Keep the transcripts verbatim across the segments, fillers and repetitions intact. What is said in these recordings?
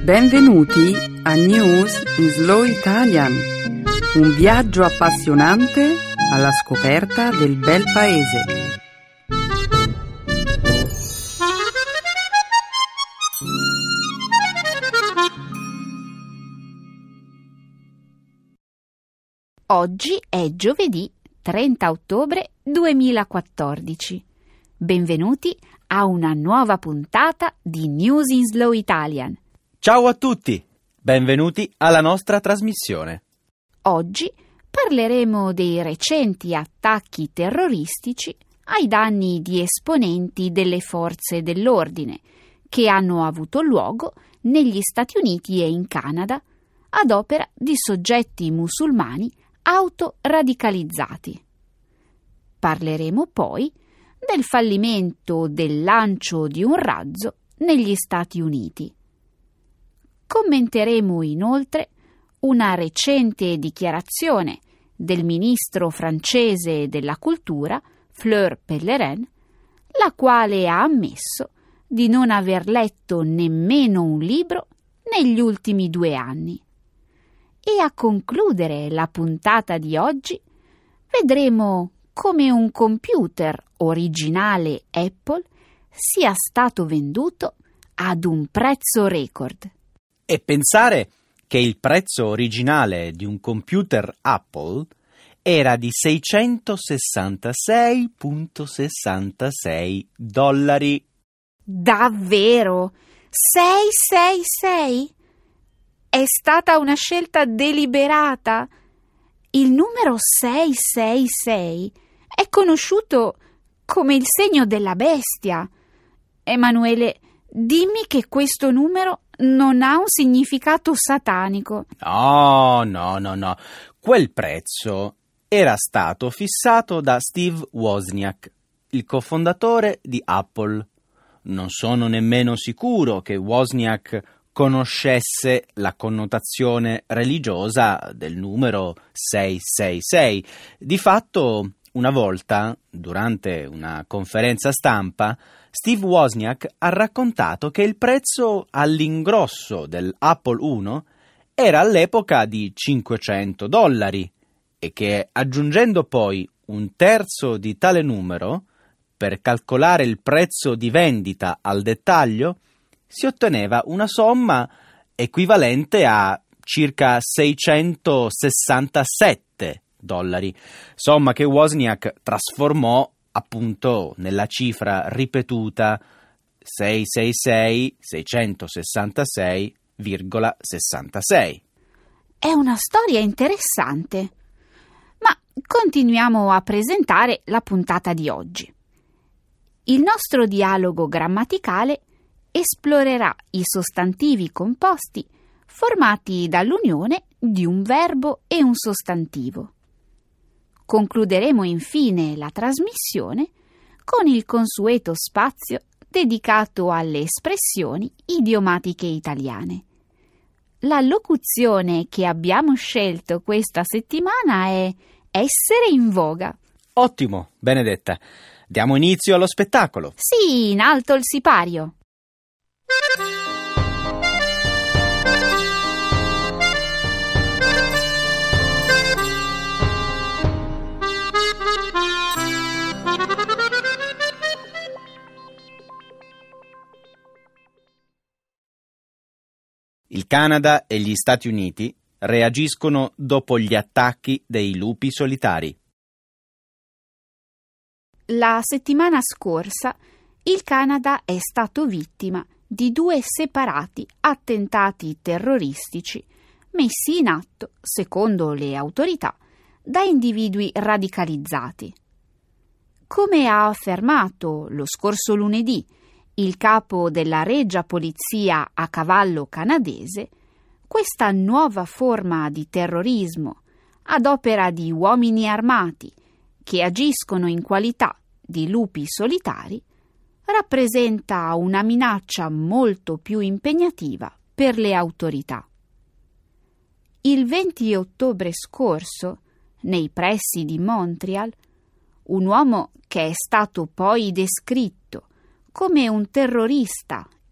Benvenuti a News in Slow Italian, un viaggio appassionante alla scoperta del bel paese. Oggi è giovedì trenta ottobre duemilaquattordici. Benvenuti a una nuova puntata di News in Slow Italian. Ciao a tutti, benvenuti alla nostra trasmissione. Oggi parleremo dei recenti attacchi terroristici ai danni di esponenti delle forze dell'ordine che hanno avuto luogo negli Stati Uniti e in Canada ad opera di soggetti musulmani autoradicalizzati. Parleremo poi del fallimento del lancio di un razzo negli Stati Uniti. Commenteremo inoltre una recente dichiarazione del ministro francese della cultura, Fleur Pellerin, la quale ha ammesso di non aver letto nemmeno un libro negli ultimi due anni. E a concludere la puntata di oggi vedremo come un computer originale Apple sia stato venduto ad un prezzo record. E pensare che il prezzo originale di un computer Apple era di seicentosessantasei virgola sessantasei dollari. Davvero? seicentosessantasei? È stata una scelta deliberata. Il numero seicentosessantasei è conosciuto come il segno della bestia. Emanuele, dimmi che questo numero non ha un significato satanico. No, no, no, no. Quel prezzo era stato fissato da Steve Wozniak, il cofondatore di Apple. Non sono nemmeno sicuro che Wozniak conoscesse la connotazione religiosa del numero seicentosessantasei. Di fatto, una volta, durante una conferenza stampa, Steve Wozniak ha raccontato che il prezzo all'ingrosso dell'Apple uno era all'epoca di cinquecento dollari e che, aggiungendo poi un terzo di tale numero, per calcolare il prezzo di vendita al dettaglio, si otteneva una somma equivalente a circa seicentosessantasette dollari, somma che Wozniak trasformò appunto nella cifra ripetuta seicentosessantasei, seicentosessantasei virgola sessantasei. È una storia interessante. Ma continuiamo a presentare la puntata di oggi. Il nostro dialogo grammaticale esplorerà i sostantivi composti formati dall'unione di un verbo e un sostantivo. Concluderemo infine la trasmissione con il consueto spazio dedicato alle espressioni idiomatiche italiane. La locuzione che abbiamo scelto questa settimana è essere in voga. Ottimo, Benedetta. Diamo inizio allo spettacolo. Sì, in alto il sipario. Il Canada e gli Stati Uniti reagiscono dopo gli attacchi dei lupi solitari. La settimana scorsa il Canada è stato vittima di due separati attentati terroristici messi in atto, secondo le autorità, da individui radicalizzati. Come ha affermato lo scorso lunedì il capo della Regia Polizia a cavallo canadese, questa nuova forma di terrorismo ad opera di uomini armati che agiscono in qualità di lupi solitari rappresenta una minaccia molto più impegnativa per le autorità. Il venti ottobre scorso, nei pressi di Montreal, un uomo che è stato poi descritto come un terrorista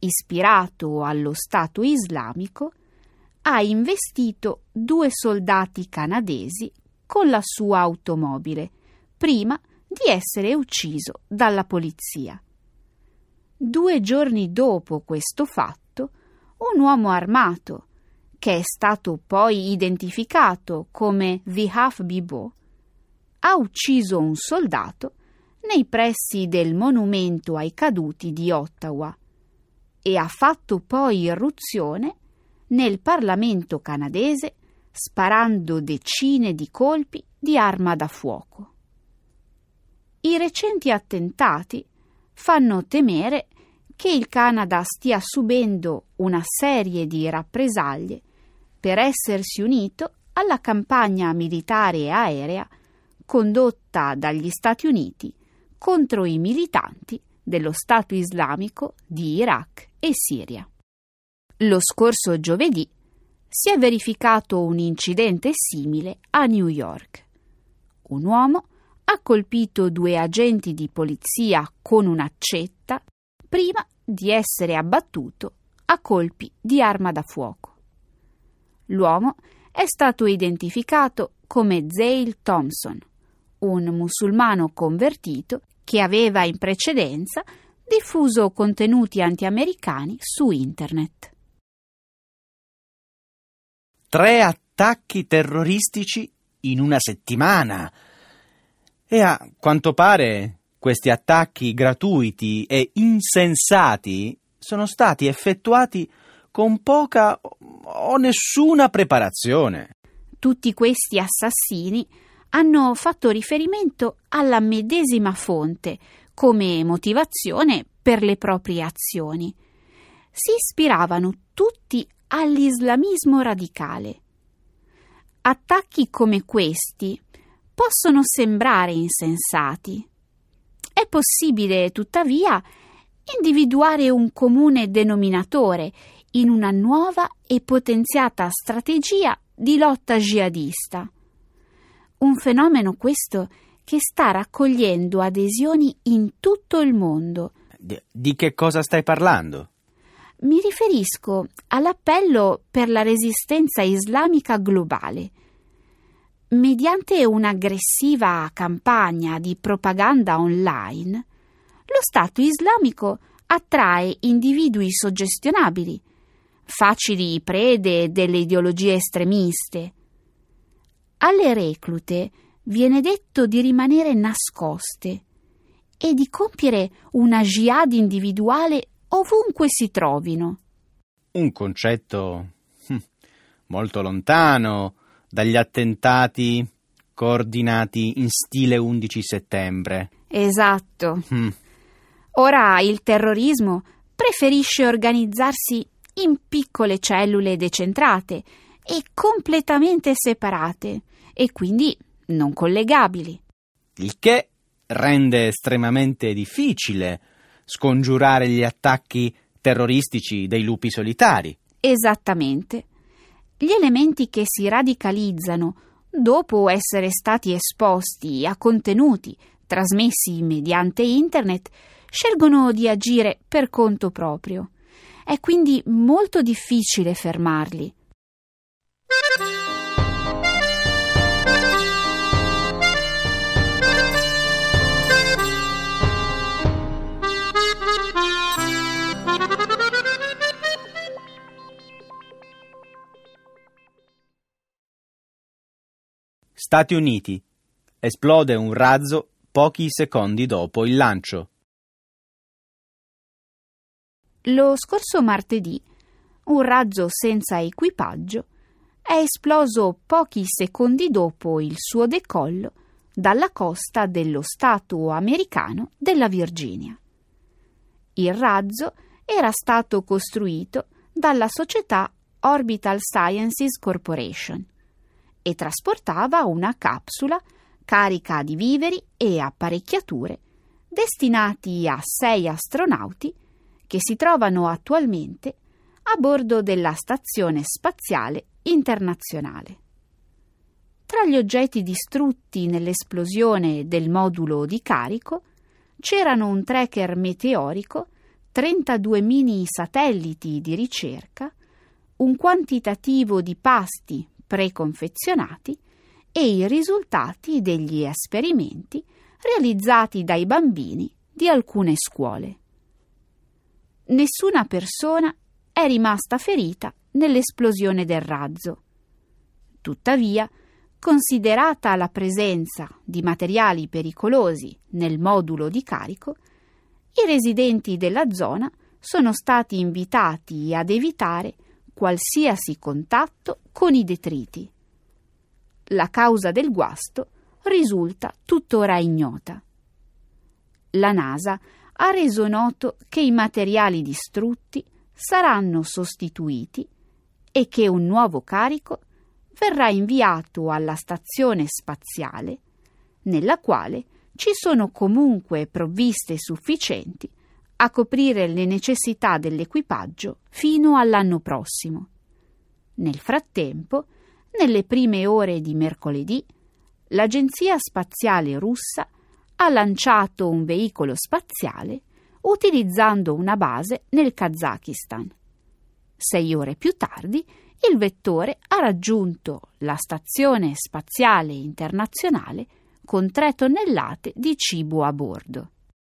ispirato allo Stato islamico, ha investito due soldati canadesi con la sua automobile, prima di essere ucciso dalla polizia. Due giorni dopo questo fatto, un uomo armato, che è stato poi identificato come Vihaf Bibo, ha ucciso un soldato nei pressi del monumento ai caduti di Ottawa e ha fatto poi irruzione nel Parlamento canadese sparando decine di colpi di arma da fuoco. I recenti attentati fanno temere che il Canada stia subendo una serie di rappresaglie per essersi unito alla campagna militare e aerea condotta dagli Stati Uniti contro i militanti dello Stato islamico di Iraq e Siria. Lo scorso giovedì si è verificato un incidente simile a New York. Un uomo ha colpito due agenti di polizia con un'accetta prima di essere abbattuto a colpi di arma da fuoco. L'uomo è stato identificato come Zail Thompson, un musulmano convertito che aveva in precedenza diffuso contenuti anti-americani su internet. Tre attacchi terroristici in una settimana. E a quanto pare questi attacchi gratuiti e insensati sono stati effettuati con poca o nessuna preparazione. Tutti questi assassini hanno fatto riferimento alla medesima fonte come motivazione per le proprie azioni. Si ispiravano tutti all'islamismo radicale. Attacchi come questi possono sembrare insensati. È possibile, tuttavia, individuare un comune denominatore in una nuova e potenziata strategia di lotta jihadista. Un fenomeno questo che sta raccogliendo adesioni in tutto il mondo. Di, di che cosa stai parlando? Mi riferisco all'appello per la resistenza islamica globale. Mediante un'aggressiva campagna di propaganda online, lo Stato islamico attrae individui suggestionabili, facili prede delle ideologie estremiste. Alle reclute viene detto di rimanere nascoste e di compiere una jihad individuale ovunque si trovino. Un concetto hm, molto lontano dagli attentati coordinati in stile undici settembre. Esatto. Mm. Ora il terrorismo preferisce organizzarsi in piccole cellule decentrate e completamente separate e quindi non collegabili. Il che rende estremamente difficile scongiurare gli attacchi terroristici dei lupi solitari. Esattamente. Gli elementi che si radicalizzano dopo essere stati esposti a contenuti trasmessi mediante internet scelgono di agire per conto proprio. È quindi molto difficile fermarli. Stati Uniti. Esplode un razzo pochi secondi dopo il lancio. Lo scorso martedì, un razzo senza equipaggio è esploso pochi secondi dopo il suo decollo dalla costa dello stato americano della Virginia. Il razzo era stato costruito dalla società Orbital Sciences Corporation e trasportava una capsula carica di viveri e apparecchiature destinati a sei astronauti che si trovano attualmente a bordo della Stazione Spaziale Internazionale. Tra gli oggetti distrutti nell'esplosione del modulo di carico c'erano un tracker meteorico trentadue mini satelliti di ricerca, un quantitativo di pasti preconfezionati e i risultati degli esperimenti realizzati dai bambini di alcune scuole. Nessuna persona è rimasta ferita nell'esplosione del razzo. Tuttavia, considerata la presenza di materiali pericolosi nel modulo di carico, i residenti della zona sono stati invitati ad evitare qualsiasi contatto con i detriti. La causa del guasto risulta tuttora ignota. La NASA ha reso noto che i materiali distrutti saranno sostituiti e che un nuovo carico verrà inviato alla stazione spaziale, nella quale ci sono comunque provviste sufficienti a coprire le necessità dell'equipaggio fino all'anno prossimo. Nel frattempo, nelle prime ore di mercoledì, l'Agenzia Spaziale Russa ha lanciato un veicolo spaziale utilizzando una base nel Kazakistan. Sei ore più tardi, il vettore ha raggiunto la Stazione Spaziale Internazionale con tre tonnellate di cibo a bordo.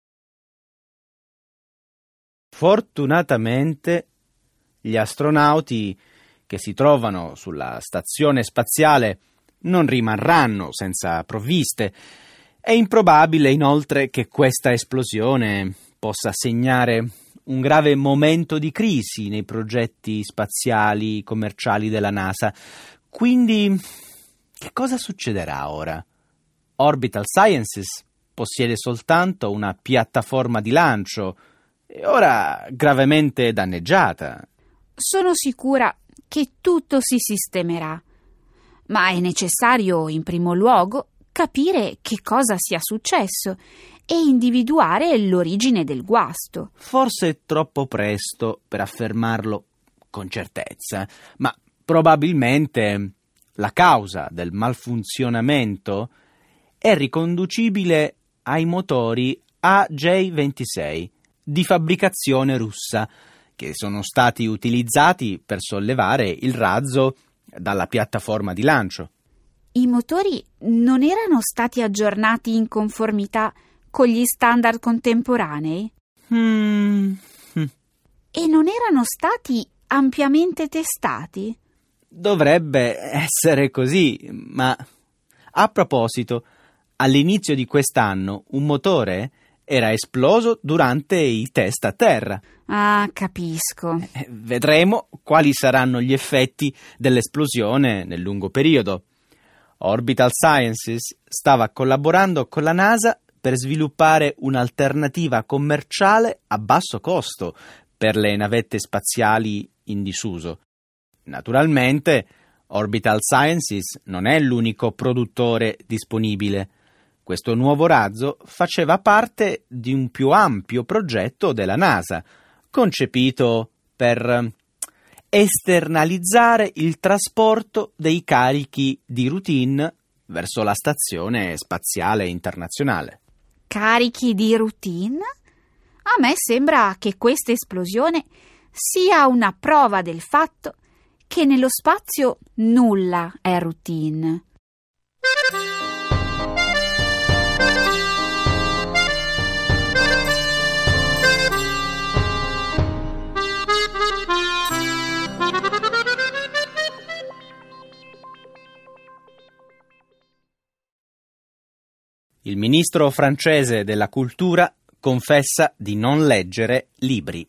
Fortunatamente, gli astronauti che si trovano sulla stazione spaziale non rimarranno senza provviste. È improbabile inoltre che questa esplosione possa segnare un grave momento di crisi nei progetti spaziali commerciali della NASA. Quindi, che cosa succederà ora? Orbital Sciences possiede soltanto una piattaforma di lancio e ora gravemente danneggiata. Sono sicura che tutto si sistemerà, ma è necessario in primo luogo capire che cosa sia successo e individuare l'origine del guasto. Forse è troppo presto per affermarlo con certezza, ma probabilmente la causa del malfunzionamento è riconducibile ai motori A J ventisei di fabbricazione russa che sono stati utilizzati per sollevare il razzo dalla piattaforma di lancio. I motori non erano stati aggiornati in conformità con gli standard contemporanei? Mm. E non erano stati ampiamente testati? Dovrebbe essere così, ma a proposito, all'inizio di quest'anno un motore era esploso durante i test a terra. Ah, capisco. Eh, vedremo quali saranno gli effetti dell'esplosione nel lungo periodo. Orbital Sciences stava collaborando con la NASA per sviluppare un'alternativa commerciale a basso costo per le navette spaziali in disuso. Naturalmente, Orbital Sciences non è l'unico produttore disponibile. Questo nuovo razzo faceva parte di un più ampio progetto della NASA, concepito per esternalizzare il trasporto dei carichi di routine verso la Stazione Spaziale Internazionale. Carichi di routine? A me sembra che questa esplosione sia una prova del fatto che nello spazio nulla è routine. Il ministro francese della cultura confessa di non leggere libri.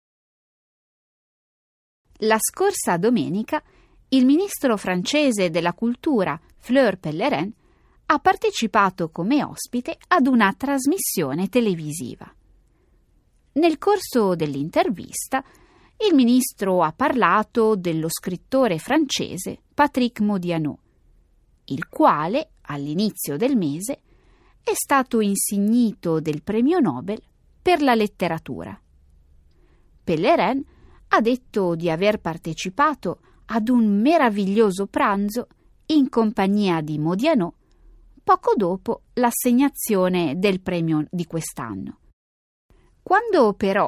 La scorsa domenica il ministro francese della cultura Fleur Pellerin ha partecipato come ospite ad una trasmissione televisiva. Nel corso dell'intervista il ministro ha parlato dello scrittore francese Patrick Modiano, il quale all'inizio del mese è stato insignito del premio Nobel per la letteratura. Pellerin ha detto di aver partecipato ad un meraviglioso pranzo in compagnia di Modiano poco dopo l'assegnazione del premio di quest'anno. Quando però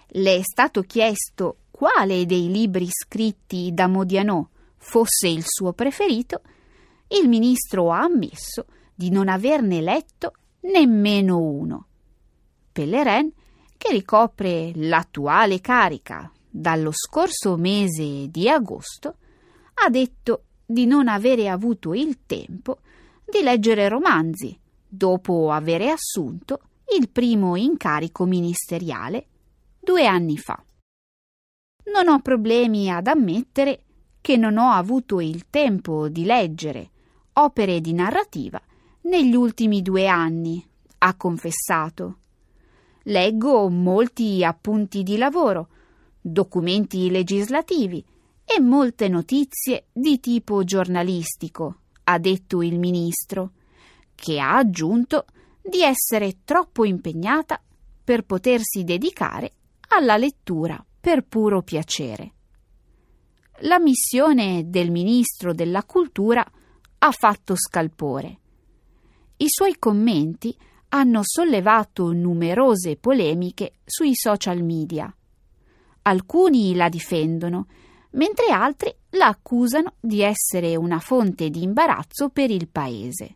le è stato chiesto quale dei libri scritti da Modiano fosse il suo preferito, il ministro ha ammesso di non averne letto nemmeno uno. Pellerin, che ricopre l'attuale carica dallo scorso mese di agosto, ha detto di non avere avuto il tempo di leggere romanzi dopo avere assunto il primo incarico ministeriale due anni fa. Non ho problemi ad ammettere che non ho avuto il tempo di leggere opere di narrativa negli ultimi due anni, ha confessato. Leggo molti appunti di lavoro, documenti legislativi e molte notizie di tipo giornalistico, ha detto il ministro, che ha aggiunto di essere troppo impegnata per potersi dedicare alla lettura per puro piacere. La missione del ministro della cultura ha fatto scalpore. I suoi commenti hanno sollevato numerose polemiche sui social media. Alcuni la difendono, mentre altri la accusano di essere una fonte di imbarazzo per il paese.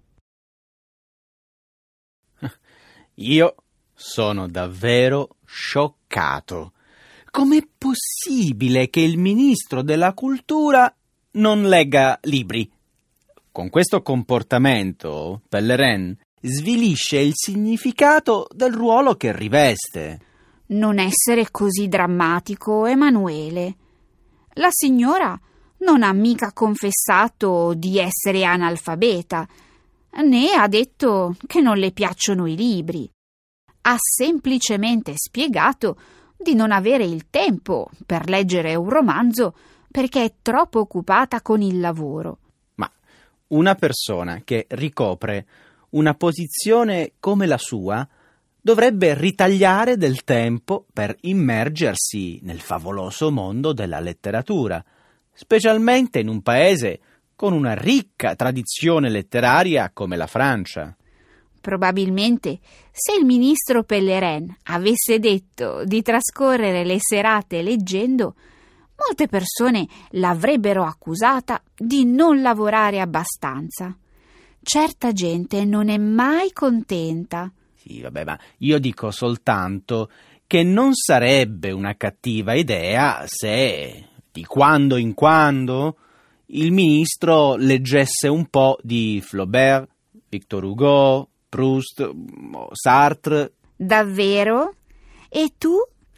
Io sono davvero scioccato. Com'è possibile che il ministro della cultura non legga libri? Con questo comportamento, Pellerin svilisce il significato del ruolo che riveste. Non essere così drammatico, Emanuele. La signora non ha mica confessato di essere analfabeta, né ha detto che non le piacciono i libri. Ha semplicemente spiegato di non avere il tempo per leggere un romanzo perché è troppo occupata con il lavoro. Ma una persona che ricopre una posizione come la sua dovrebbe ritagliare del tempo per immergersi nel favoloso mondo della letteratura, specialmente in un paese con una ricca tradizione letteraria come la Francia. Probabilmente, se il ministro Pellerin avesse detto di trascorrere le serate leggendo, molte persone l'avrebbero accusata di non lavorare abbastanza. Certa gente non è mai contenta. Sì, vabbè, ma io dico soltanto che non sarebbe una cattiva idea se, di quando in quando, il ministro leggesse un po' di Flaubert, Victor Hugo, Proust, Sartre. Davvero? E tu?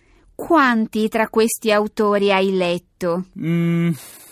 Quanti tra questi autori hai letto? Mm,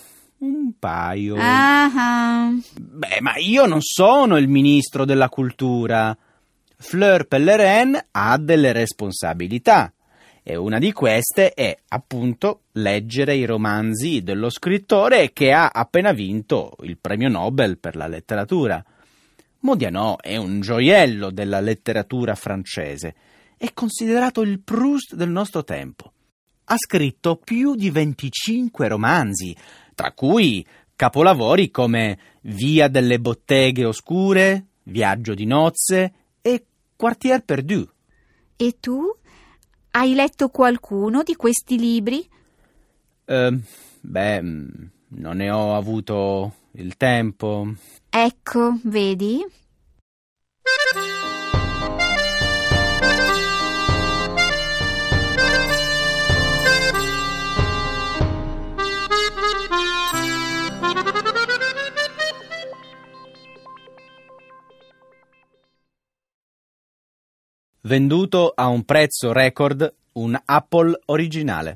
un paio. Ah. Beh, ma io non sono il ministro della cultura. Fleur Pellerin ha delle responsabilità e una di queste è, appunto, leggere i romanzi dello scrittore che ha appena vinto il premio Nobel per la letteratura. Modiano è un gioiello della letteratura francese, è considerato il Proust del nostro tempo. Ha scritto più di venticinque romanzi, tra cui capolavori come Via delle botteghe oscure, Viaggio di nozze e Quartier perdu. E tu? Hai letto qualcuno di questi libri? Uh, beh, non ne ho avuto il tempo. Ecco, vedi? Venduto a un prezzo record un Apple originale.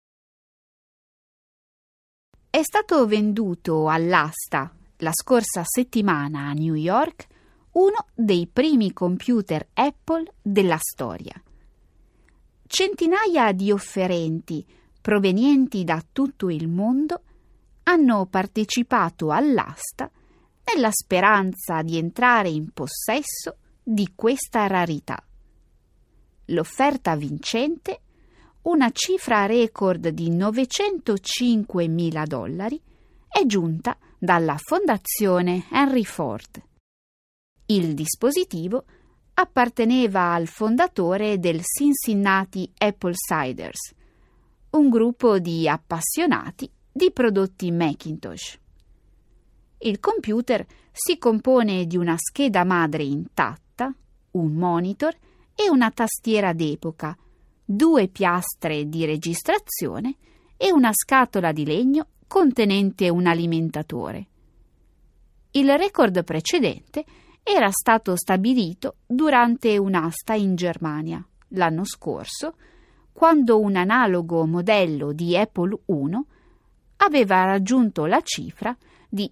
È stato venduto all'asta la scorsa settimana a New York uno dei primi computer Apple della storia. Centinaia di offerenti provenienti da tutto il mondo hanno partecipato all'asta nella speranza di entrare in possesso di questa rarità. L'offerta vincente, una cifra record di novecentocinquemila dollari, è giunta dalla Fondazione Henry Ford. Il dispositivo apparteneva al fondatore del Cincinnati Apple Siders, un gruppo di appassionati di prodotti Macintosh. Il computer si compone di una scheda madre intatta, un monitor e una tastiera d'epoca, due piastre di registrazione e una scatola di legno contenente un alimentatore. Il record precedente era stato stabilito durante un'asta in Germania l'anno scorso, quando un analogo modello di Apple uno aveva raggiunto la cifra di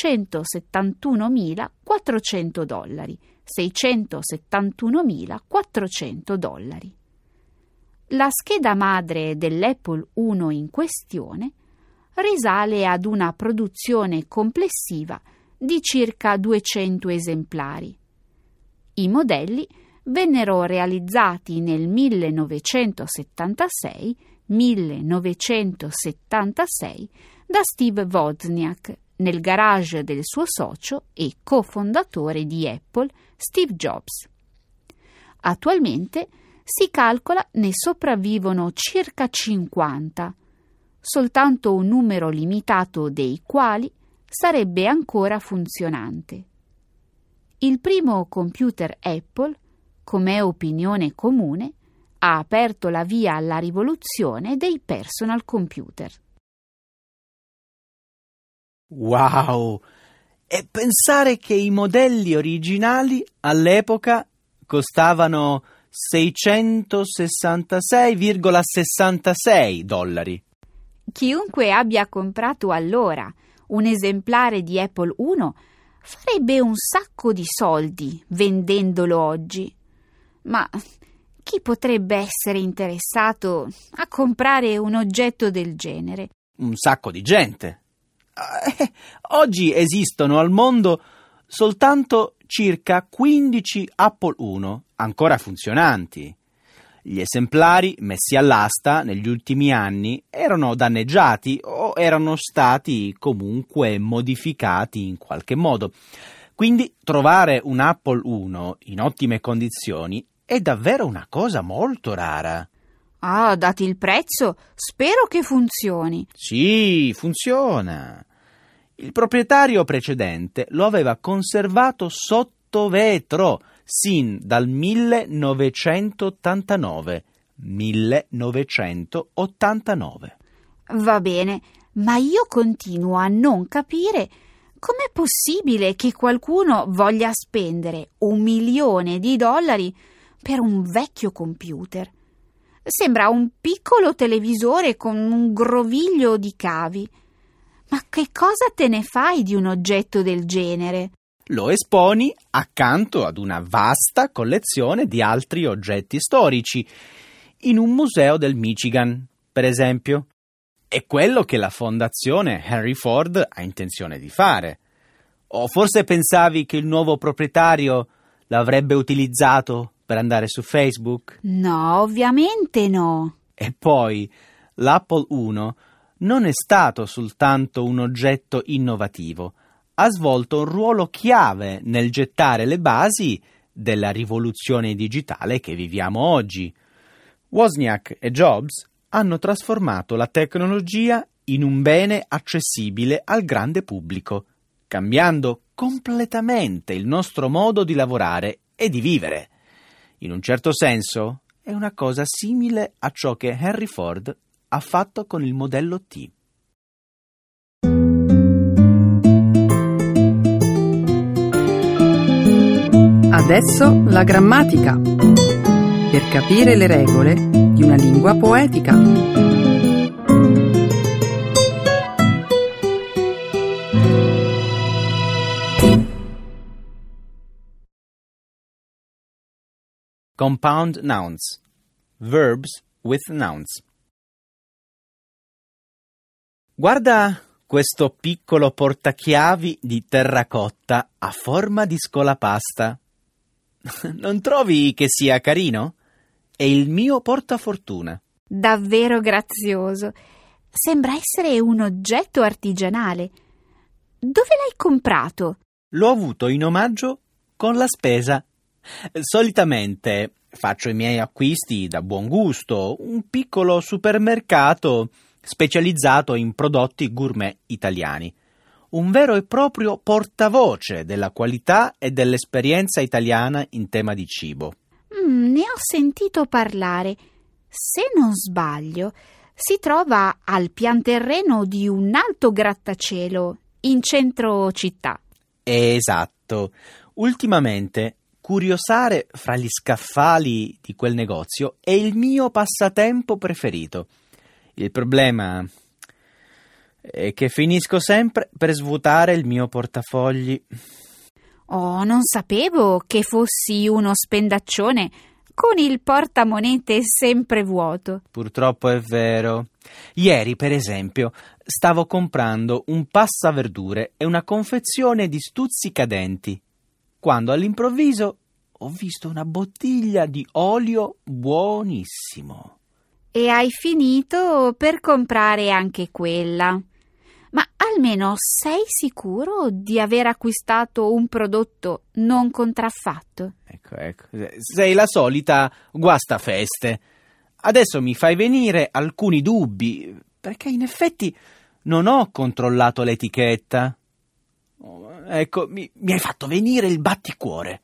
seicentosettantunomilaquattrocento dollari, seicentosettantunomilaquattrocento dollari. La scheda madre dell'Apple uno in questione risale ad una produzione complessiva di circa duecento esemplari. I modelli vennero realizzati nel millenovecentosettantasei millenovecentosettantasei da Steve Wozniak nel garage del suo socio e cofondatore di Apple, Steve Jobs. Attualmente si calcola ne sopravvivono circa cinquanta, soltanto un numero limitato dei quali sarebbe ancora funzionante. Il primo computer Apple, come è opinione comune, ha aperto la via alla rivoluzione dei personal computer. Wow! E pensare che i modelli originali all'epoca costavano seicentosessantasei virgola sessantasei dollari. Chiunque abbia comprato allora un esemplare di Apple uno farebbe un sacco di soldi vendendolo oggi. Ma chi potrebbe essere interessato a comprare un oggetto del genere? Un sacco di gente. Eh, oggi esistono al mondo soltanto circa quindici Apple uno ancora funzionanti. Gli esemplari messi all'asta negli ultimi anni erano danneggiati o erano stati comunque modificati in qualche modo. Quindi trovare un Apple uno in ottime condizioni è davvero una cosa molto rara. Ah, dati il prezzo, spero che funzioni. Sì, funziona. Il proprietario precedente lo aveva conservato sotto vetro sin dal millenovecentottantanove. millenovecentottantanove. Va bene, ma io continuo a non capire com'è possibile che qualcuno voglia spendere un milione di dollari per un vecchio computer. Sembra un piccolo televisore con un groviglio di cavi. Ma che cosa te ne fai di un oggetto del genere? Lo esponi accanto ad una vasta collezione di altri oggetti storici, in un museo del Michigan, per esempio. È quello che la fondazione Henry Ford ha intenzione di fare. O forse pensavi che il nuovo proprietario l'avrebbe utilizzato per andare su Facebook? No, ovviamente no. E poi l'Apple uno non è stato soltanto un oggetto innovativo, ha svolto un ruolo chiave nel gettare le basi della rivoluzione digitale che viviamo oggi. Wozniak e Jobs hanno trasformato la tecnologia in un bene accessibile al grande pubblico, cambiando completamente il nostro modo di lavorare e di vivere. In un certo senso, è una cosa simile a ciò che Henry Ford ha fatto con il modello T. Adesso la grammatica, per capire le regole di una lingua poetica. Compound nouns. Verbs with nouns. Guarda questo piccolo portachiavi di terracotta a forma di scolapasta. Non trovi che sia carino? È il mio portafortuna. Davvero grazioso. Sembra essere un oggetto artigianale. Dove l'hai comprato? L'ho avuto in omaggio con la spesa. Solitamente faccio i miei acquisti da buon gusto, un piccolo supermercato specializzato in prodotti gourmet italiani. Un vero e proprio portavoce della qualità e dell'esperienza italiana in tema di cibo. Mm, ne ho sentito parlare. Se non sbaglio, si trova al pian terreno di un alto grattacielo in centro città. Esatto. Ultimamente curiosare fra gli scaffali di quel negozio è il mio passatempo preferito. Il problema è che finisco sempre per svuotare il mio portafogli. Oh, non sapevo che fossi uno spendaccione con il portamonete sempre vuoto. Purtroppo è vero. Ieri, per esempio, stavo comprando un passaverdure e una confezione di stuzzicadenti, quando all'improvviso ho visto una bottiglia di olio buonissimo. E hai finito per comprare anche quella. Ma almeno sei sicuro di aver acquistato un prodotto non contraffatto? Ecco, ecco, sei la solita guastafeste. Adesso mi fai venire alcuni dubbi, perché in effetti non ho controllato l'etichetta. Ecco, mi, mi hai fatto venire il batticuore.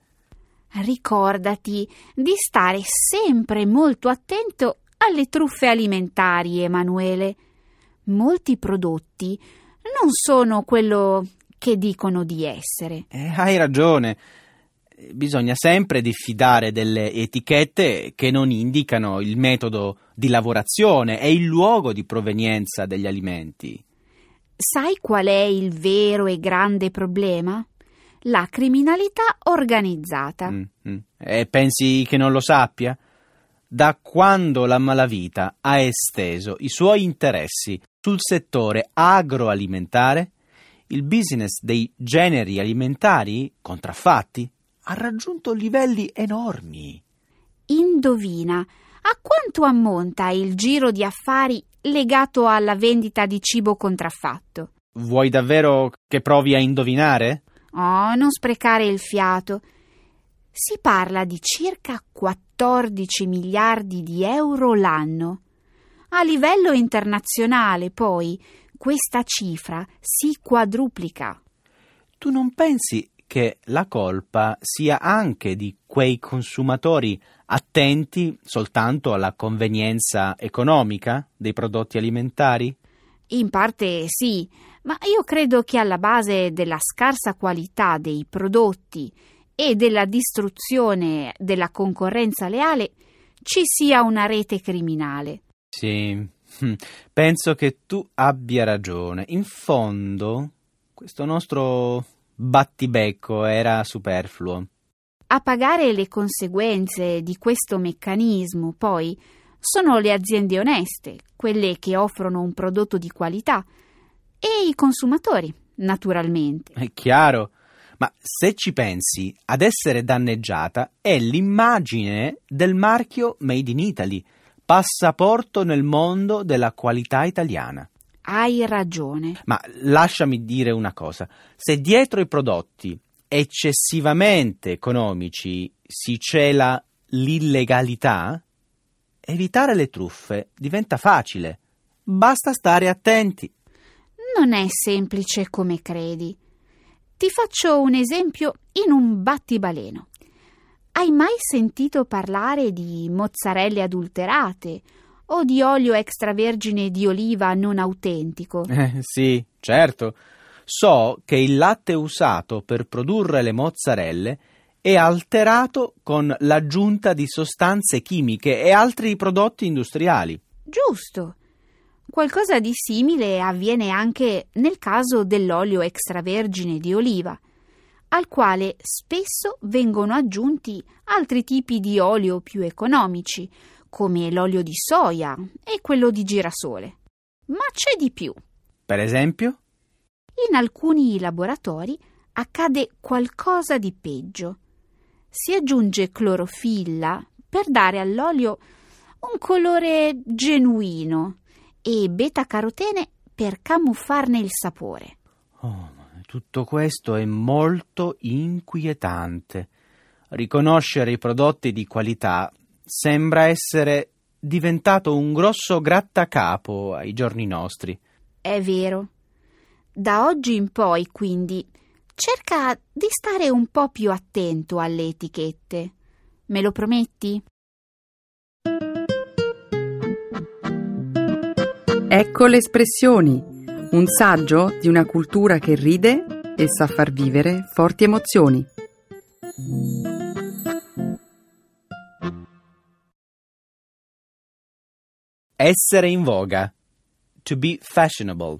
Ricordati di stare sempre molto attento alle truffe alimentari, Emanuele. Molti prodotti non sono quello che dicono di essere. Eh, hai ragione. Bisogna sempre diffidare delle etichette che non indicano il metodo di lavorazione e il luogo di provenienza degli alimenti. Sai qual è il vero e grande problema? La criminalità organizzata. Mm, mm. E pensi che non lo sappia? Da quando la malavita ha esteso i suoi interessi sul settore agroalimentare, il business dei generi alimentari contraffatti ha raggiunto livelli enormi. Indovina, a quanto ammonta il giro di affari legato alla vendita di cibo contraffatto? Vuoi davvero che provi a indovinare? Oh, non sprecare il fiato. Si parla di circa quattordici miliardi di euro l'anno. A livello internazionale, poi, questa cifra si quadruplica. Tu non pensi che la colpa sia anche di quei consumatori attenti soltanto alla convenienza economica dei prodotti alimentari? In parte sì, ma io credo che alla base della scarsa qualità dei prodotti e della distruzione della concorrenza leale ci sia una rete criminale. Sì, penso che tu abbia ragione. In fondo, questo nostro battibecco era superfluo. A pagare le conseguenze di questo meccanismo, poi, sono le aziende oneste, quelle che offrono un prodotto di qualità, e i consumatori, naturalmente. È chiaro, ma se ci pensi, ad essere danneggiata è l'immagine del marchio Made in Italy, passaporto nel mondo della qualità italiana. Hai ragione. Ma lasciami dire una cosa, se dietro i prodotti eccessivamente economici si cela l'illegalità, evitare le truffe diventa facile. Basta stare attenti. Non è semplice come credi. Ti faccio un esempio in un battibaleno. Hai mai sentito parlare di mozzarelle adulterate o di olio extravergine di oliva non autentico? Eh, sì, certo. So che il latte usato per produrre le mozzarelle è alterato con l'aggiunta di sostanze chimiche e altri prodotti industriali. Giusto. Qualcosa di simile avviene anche nel caso dell'olio extravergine di oliva, al quale spesso vengono aggiunti altri tipi di olio più economici, come l'olio di soia e quello di girasole. Ma c'è di più. Per esempio? In alcuni laboratori accade qualcosa di peggio. Si aggiunge clorofilla per dare all'olio un colore genuino e beta-carotene per camuffarne il sapore. Oh, tutto questo è molto inquietante. riconoscere i prodotti di qualità sembra essere diventato un grosso grattacapo ai giorni nostri. È vero. Da oggi in poi, quindi, cerca di stare un po' più attento alle etichette. Me lo prometti? Ecco le espressioni, un saggio di una cultura che ride e sa far vivere forti emozioni. Essere in voga. To be fashionable.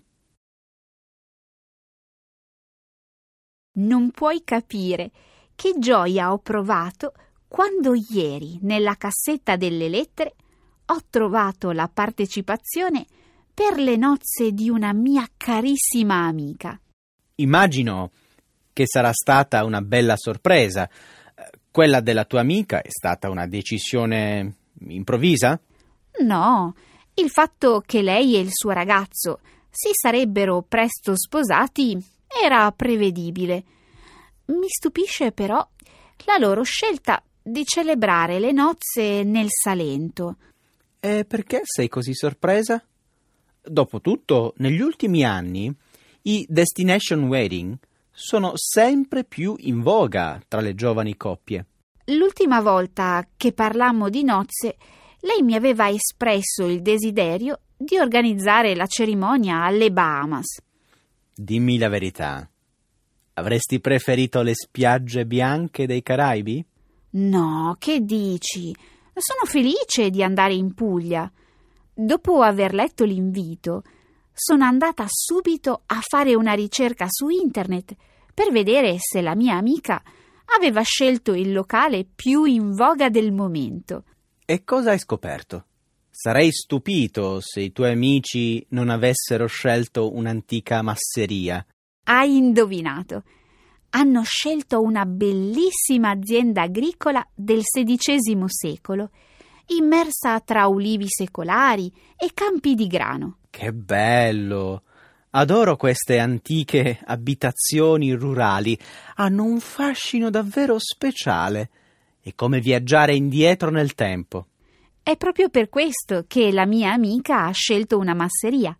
Non puoi capire che gioia ho provato quando ieri, nella cassetta delle lettere, ho trovato la partecipazione per le nozze di una mia carissima amica. Immagino che sarà stata una bella sorpresa. Quella della tua amica è stata una decisione improvvisa? No, il fatto che lei e il suo ragazzo si sarebbero presto sposati era prevedibile. Mi stupisce però la loro scelta di celebrare le nozze nel Salento. E perché sei così sorpresa? Dopotutto, negli ultimi anni, i destination wedding sono sempre più in voga tra le giovani coppie. L'ultima volta che parlammo di nozze, lei mi aveva espresso il desiderio di organizzare la cerimonia alle Bahamas. Dimmi la verità. Avresti preferito le spiagge bianche dei Caraibi? No, che dici? Sono felice di andare in Puglia. Dopo aver letto l'invito, sono andata subito a fare una ricerca su internet per vedere se la mia amica aveva scelto il locale più in voga del momento. E cosa hai scoperto? Sarei stupito se i tuoi amici non avessero scelto un'antica masseria. Hai indovinato. Hanno scelto una bellissima azienda agricola del sedicesimo secolo, immersa tra ulivi secolari e campi di grano. Che bello! Adoro queste antiche abitazioni rurali. Hanno un fascino davvero speciale. È come viaggiare indietro nel tempo. È proprio per questo che la mia amica ha scelto una masseria.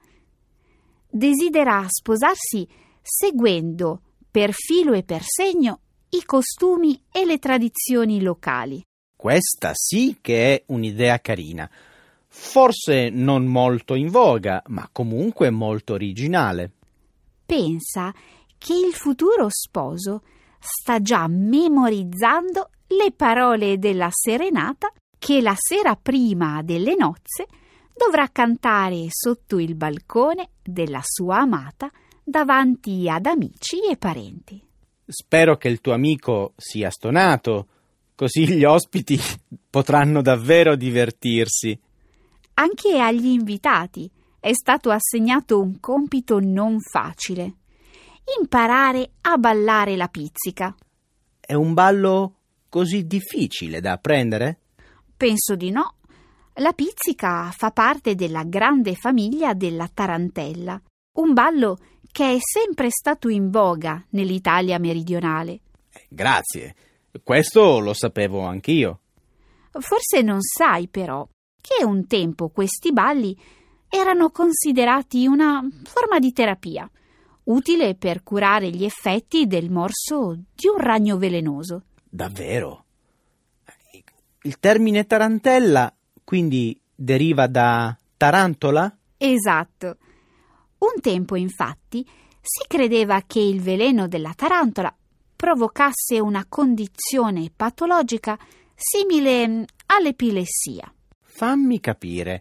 Desidera sposarsi seguendo per filo e per segno i costumi e le tradizioni locali. Questa sì che è un'idea carina. Forse non molto in voga, ma comunque molto originale. Pensa che il futuro sposo sta già memorizzando le parole della serenata che la sera prima delle nozze dovrà cantare sotto il balcone della sua amata davanti ad amici e parenti. Spero che il tuo amico sia stonato, così gli ospiti potranno davvero divertirsi. Anche agli invitati è stato assegnato un compito non facile: imparare a ballare la pizzica. È un ballo così difficile da apprendere? Penso di no. La pizzica fa parte della grande famiglia della tarantella, un ballo che è sempre stato in voga nell'Italia meridionale. Grazie, questo lo sapevo anch'io. Forse non sai però che un tempo questi balli erano considerati una forma di terapia, utile per curare gli effetti del morso di un ragno velenoso. Davvero? Il termine tarantella quindi deriva da tarantola? Esatto. Un tempo, infatti, si credeva che il veleno della tarantola provocasse una condizione patologica simile all'epilessia. Fammi capire.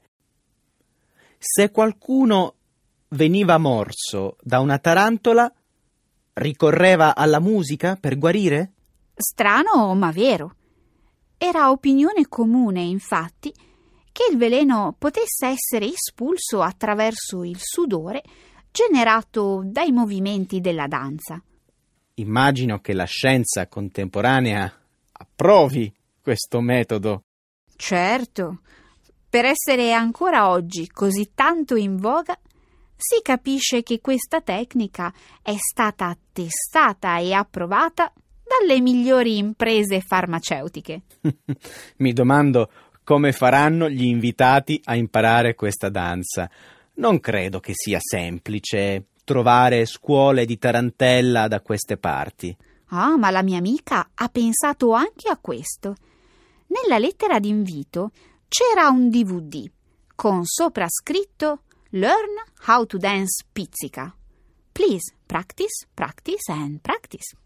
Se qualcuno veniva morso da una tarantola, ricorreva alla musica per guarire? Strano, ma vero. Era opinione comune, infatti, che il veleno potesse essere espulso attraverso il sudore generato dai movimenti della danza. Immagino che la scienza contemporanea approvi questo metodo. Certo. Per essere ancora oggi così tanto in voga, si capisce che questa tecnica è stata testata e approvata dalle migliori imprese farmaceutiche. Mi domando come faranno gli invitati a imparare questa danza. Non credo che sia semplice trovare scuole di tarantella da queste parti. Ah, ma la mia amica ha pensato anche a questo. Nella lettera d'invito c'era un D V D con sopra scritto Learn how to dance pizzica. Please practice, practice and practice.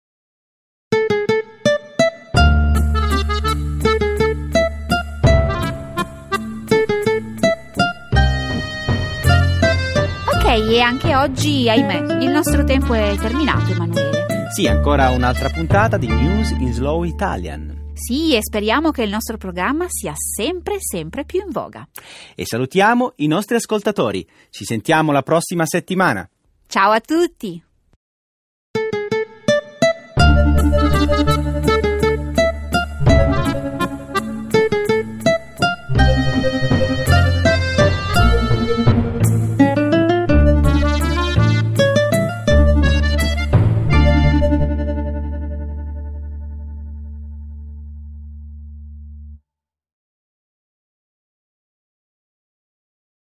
Ok, e anche oggi, ahimè, il nostro tempo è terminato, Emanuele. Sì, ancora un'altra puntata di News in Slow Italian. Sì, e speriamo che il nostro programma sia sempre, sempre più in voga. E salutiamo i nostri ascoltatori. Ci sentiamo la prossima settimana. Ciao a tutti!